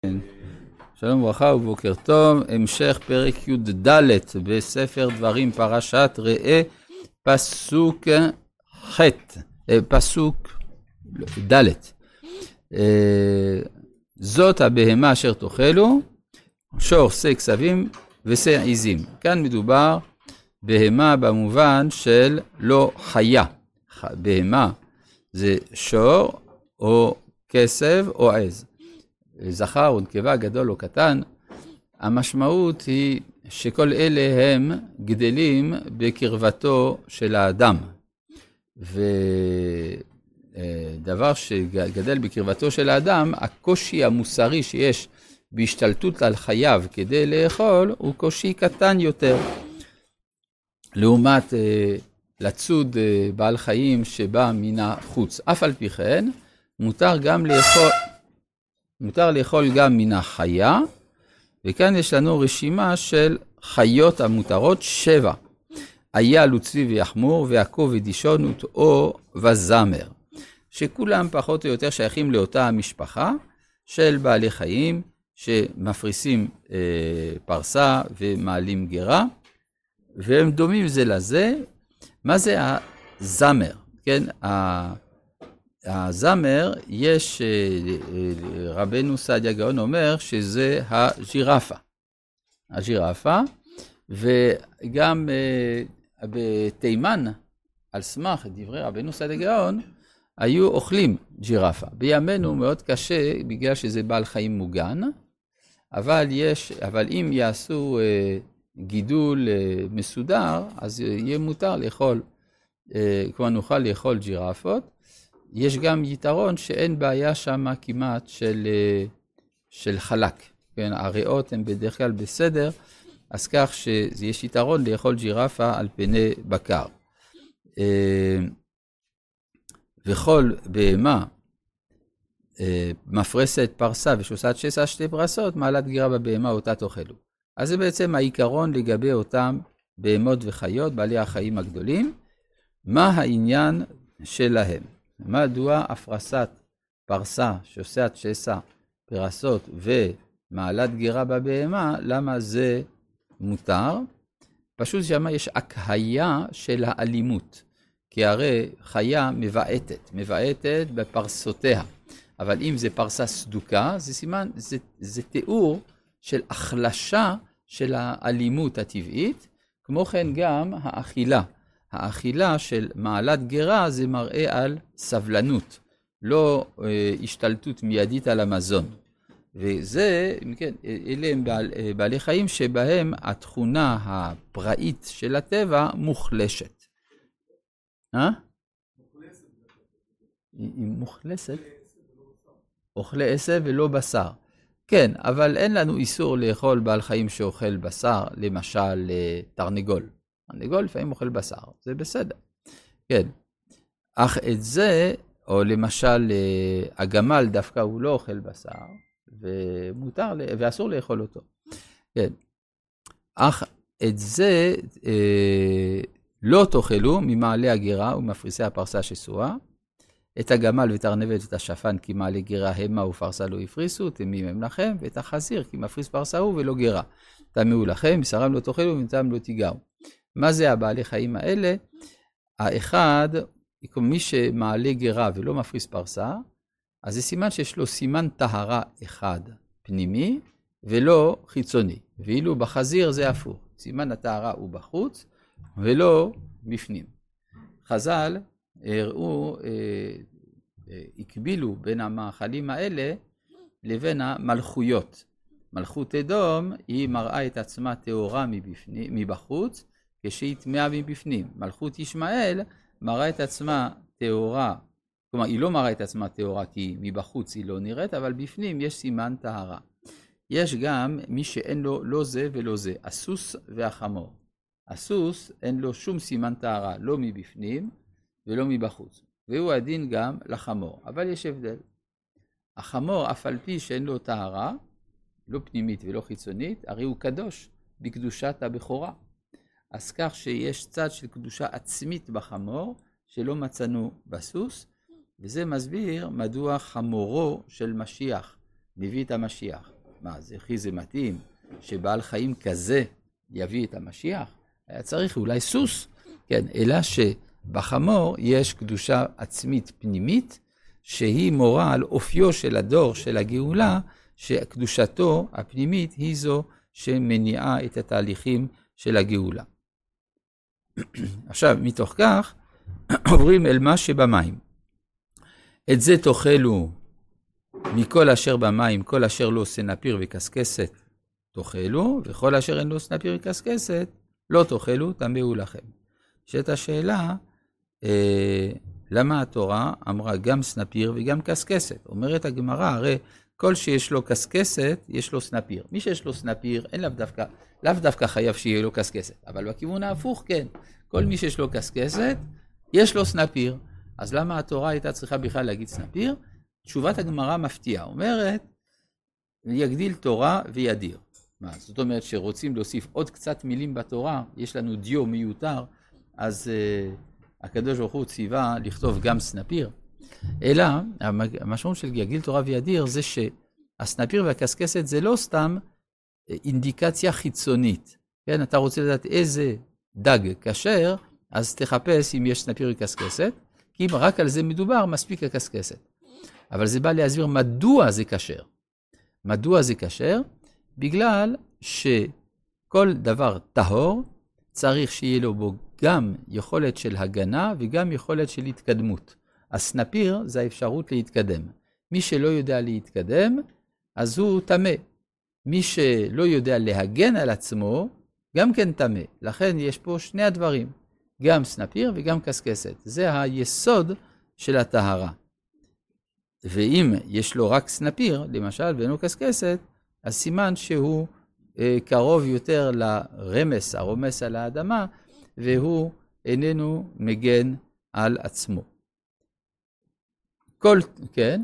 שלום וברכה ובוקר טוב, המשך פרק י"ד בספר דברים פרשת ראה פסוק ח' פסוק ד'. זאת הבהמה אשר תאכלו, שור, שא כסבים ושא עיזים. כאן מדובר בהמה במובן של לא חיה. בהמה זה שור או כסב או עז. זכר או נקבה, גדול או קטן, המשמעות היא שכל אלה הם גדלים בקרבתו של האדם. ודבר שגדל בקרבתו של האדם, הקושי המוסרי שיש בהשתלטות על חייו כדי לאכול, הוא קושי קטן יותר. לעומת לצוד בעל חיים שבא מן החוץ. אף על פי כן, מותר לאכול גם מן החיה, וכאן יש לנו רשימה של חיות המותרות 7. אייל וצבי ויחמור, ועקוב ודישון ותאו וזמר, שכולם פחות או יותר שייכים לאותה המשפחה של בעלי חיים שמפריסים פרסה ומעלים גרה, והם דומים זה לזה. מה זה הזמר? כן, הזמר, יש, רבנו סעדיה גאון אומר שזה הג'ירפה, וגם בתימן, על סמך דברי רבנו סעדיה גאון, היו אוכלים ג'ירפה. בימינו מאוד קשה בגלל שזה בעל חיים מוגן, אבל אם יעשו גידול מסודר, אז יהיה מותר לאכול, כבר נוכל לאכול ג'ירפות. יש גם יתרון שאין בעיה שם כמעט של חלק. כן, הריאות הן בדרך כלל בסדר, אז כך שיש יתרון לאכול ג'ירפה על פני בקר. וכל בהמה מפרסת פרסה ושוסת שסע 2 פרסות, מעלת גרה בבהמה אותה תאכלו. אז זה בעצם העיקרון לגבי אותם בהמות וחיות, בעלי החיים הגדולים. מה העניין שלהם? מדוע הפרסת פרסה, שוסת שסע, פרסות ומעלת גרה בבהמה, למה זה מותר? פשוט שמה יש הקהיה של האלימות, כי הרי חיה מבעטת בפרסותיה, אבל אם זה פרסה סדוקה, זה סימן, זה תיאור של החלשה של האלימות הטבעית. כמו כן גם האכילה של מעלת גרה זה מראה על סבלנות, לא השתלטות מיידית על המזון. וזה, כן, אלה הם בעלי חיים שבהם התכונה הפראית של הטבע מוחלשת. היא מוחלשת? אוכלי עשב ולא בשר. כן, אבל אין לנו איסור לאכול בעל חיים שאוכל בשר, למשל תרנגול. תרנגול לפעמים אוכל בשר, זה בסדר. כן, אך את זה, או למשל הגמל דווקא הוא לא אוכל בשר, ומותר, ואסור לאכול אותו. כן, אך את זה לא תאכלו ממעלה הגרה ומפריסי הפרסה שסועה, את הגמל ותרנבת ואת השפן כי מעלה גרה המה ופרסה לא הפריסו, תמים הם לכם, ואת החזיר כי מפריס פרסה הוא ולא גרה. תמהו לכם, בשרם לא תאכלו ומתם לא תיגעו. מה זה הבעלי חיים האלה? האחד, מי שמעלה גרה ולא מפריס פרסה, אז זה סימן שיש לו סימן טהרה אחד פנימי ולא חיצוני. ואילו בחזיר זה הפוך, סימן הטהרה הוא בחוץ ולא בפנים. חז"ל הראו, הקבילו בין המאכלים האלה לבין המלכויות. מלכות אדום היא מראה את עצמה טהורה מבחוץ, כשהיא טמאה מבפנים. מלכות ישמעאל מראה את עצמה טהורה, כלומר היא לא מראה את עצמה טהורה כי מבחוץ היא לא נראית, אבל בפנים יש סימן טהרה. יש גם מי שאין לו לא זה ולא זה, הסוס והחמור. הסוס אין לו שום סימן טהרה, לא מבפנים ולא מבחוץ. והוא הדין גם לחמור, אבל יש הבדל. החמור אף על פי שאין לו טהרה, לא פנימית ולא חיצונית, הרי הוא קדוש בקדושת הבכורה. אז כך שיש צד של קדושה עצמית בחמור, שלא מצאנו בסוס, וזה מסביר מדוע חמורו של משיח, מביא את המשיח. מה, זה מתאים שבעל חיים כזה יביא את המשיח? היה צריך אולי סוס, כן, אלא שבחמור יש קדושה עצמית פנימית, שהיא מורה על אופיו של הדור של הגאולה, שקדושתו הפנימית היא זו שמניעה את התהליכים של הגאולה. עכשיו, מתוך כך, עוברים אל מה שבמים. את זה תאכלו מכל אשר במים, כל אשר לא סנפיר וקסקסת תאכלו, וכל אשר אין לו סנפיר וקסקסת לא תאכלו, תמאו לכם. שאת השאלה, למה התורה אמרה גם סנפיר וגם קסקסת? אומרת הגמרא, הרי כל שיש לו קסקסת, יש לו סנפיר. מי שיש לו סנפיר, אין לאו דווקא חייב שיהיה לו קסקסת, אבל בכיוון ההפוך כן. כל מי שיש לו קסקסת, יש לו סנפיר. אז למה התורה הייתה צריכה בכלל להגיד סנפיר? תשובת הגמרא מפתיעה, אומרת, יגדיל תורה וידיר. מה? זאת אומרת שרוצים להוסיף עוד קצת מילים בתורה, יש לנו דיו מיותר, אז הקדוש ברוך הוא ציווה לכתוב גם סנפיר. אלא, המשמעות של יגדיל תורה וידיר זה שהסנפיר והקסקסת זה לא סתם אינדיקציה חיצונית. כן, אתה רוצה לדעת איזה דג כשר, אז תחפש אם יש סנפיר וקסקסת, כי אם רק על זה מדובר, מספיק הקסקסת. אבל זה בא להסביר מדוע זה כשר. מדוע זה כשר? בגלל שכל דבר טהור צריך שיהיה לו בו גם יכולת של הגנה וגם יכולת של התקדמות. הסנפיר זה האפשרות להתקדם. מי שלא יודע להתקדם, אז הוא טמא. מי שלא יודע להגן על עצמו, גם כן טמא. לכן יש פה שני הדברים, גם סנפיר וגם קסקסת. זה היסוד של הטהרה. ואם יש לו רק סנפיר, למשל, ואינו קסקסת, אז סימן שהוא קרוב יותר לרמס, הרומס על האדמה, והוא איננו מגן על עצמו. כל, כן?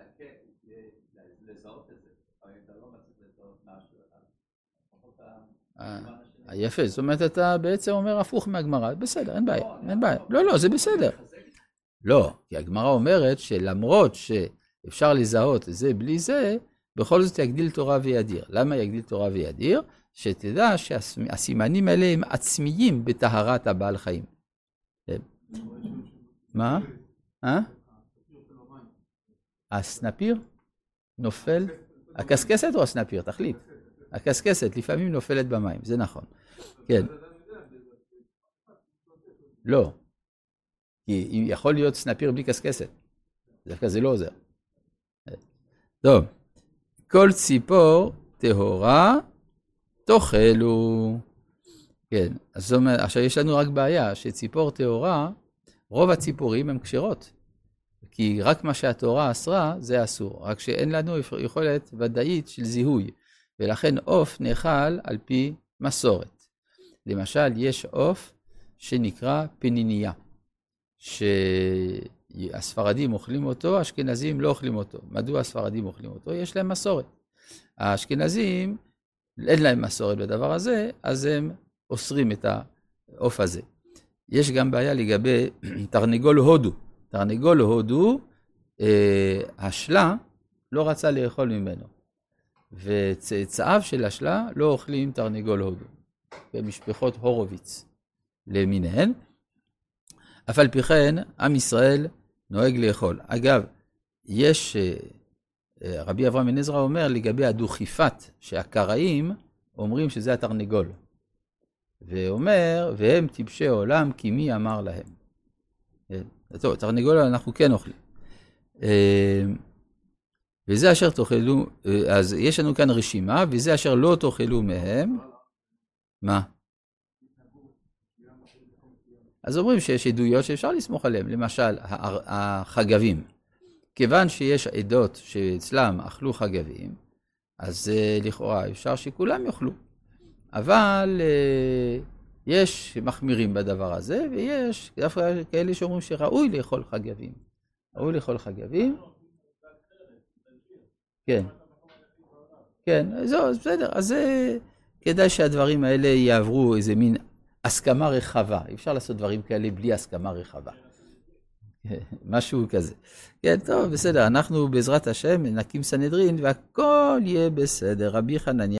יפה, זאת אומרת, אתה בעצם אומר הפוך מהגמרא, בסדר, אין בעיה, אין בעיה. לא, זה בסדר. לא, כי הגמרא אומרת שלמרות שאפשר לזהות זה בלי זה, בכל זאת יגדיל תורה וידיר. למה יגדיל תורה וידיר? שתדע שהסימנים האלה הם עצמיים בטהרת הבעל חיים. מה? הסנפיר נופל? הקסקסת או הסנפיר? תחליט. הקסקסת לפעמים נופלת במים, זה נכון. כן. לא. כי יכול להיות סנפיר בלי קסקסת. דווקא זה לא עוזר. טוב. כל ציפור טהורה תאכלו. כן. אז זאת אומרת, עכשיו יש לנו רק בעיה, שציפור טהורה, רוב הציפורים הן כשרות. כי רק מה שהתורה אסרה, זה אסור. רק שאין לנו יכולת ודאית של זיהוי. ולכן עוף נאכל על פי מסורת. למשל, יש עוף שנקרא פניניה. שהספרדים אוכלים אותו, האשכנזים לא אוכלים אותו. מדוע הספרדים אוכלים אותו? יש להם מסורת. האשכנזים, אין להם מסורת בדבר הזה, אז הם אוסרים את העוף הזה. יש גם בעיה לגבי תרנגול הודו. תרנגול הודו, השלה לא רצה לאכול ממנו. וצאצאיו של השלה לא אוכלים תרנגול הודו. במשפחות הורוביץ למיניהן. אף על פי כן, עם ישראל נוהג לאכול. אגב, יש, רבי אברהם בן עזרא אומר לגבי הדוכיפת, שהקראים אומרים שזה התרנגול. ואומר, והם טיפשי עולם, כי מי אמר להם. טוב, תרנגול אנחנו כן אוכלים. וזה אשר תאכלו, אז יש לנו כאן רשימה, וזה אשר לא תאכלו מהם. מה? אז אומרים שיש עדויות שאפשר לסמוך עליהם, למשל החגבים. כיוון שיש עדות שאצלם אכלו חגבים, אז לכאורה אפשר שכולם יאכלו. אבל יש מחמירים בדבר הזה, ויש דווקא כאלה שאומרים שראוי לאכול חגבים. ראוי לאכול חגבים. כן. כן, זהו, בסדר. אז כדאי שהדברים האלה יעברו איזה מין הסכמה רחבה. אפשר לעשות דברים כאלה בלי הסכמה רחבה. משהו כזה. כן, טוב, בסדר, אנחנו בעזרת השם נקים סנהדרין והכל יהיה בסדר. רבי חנניה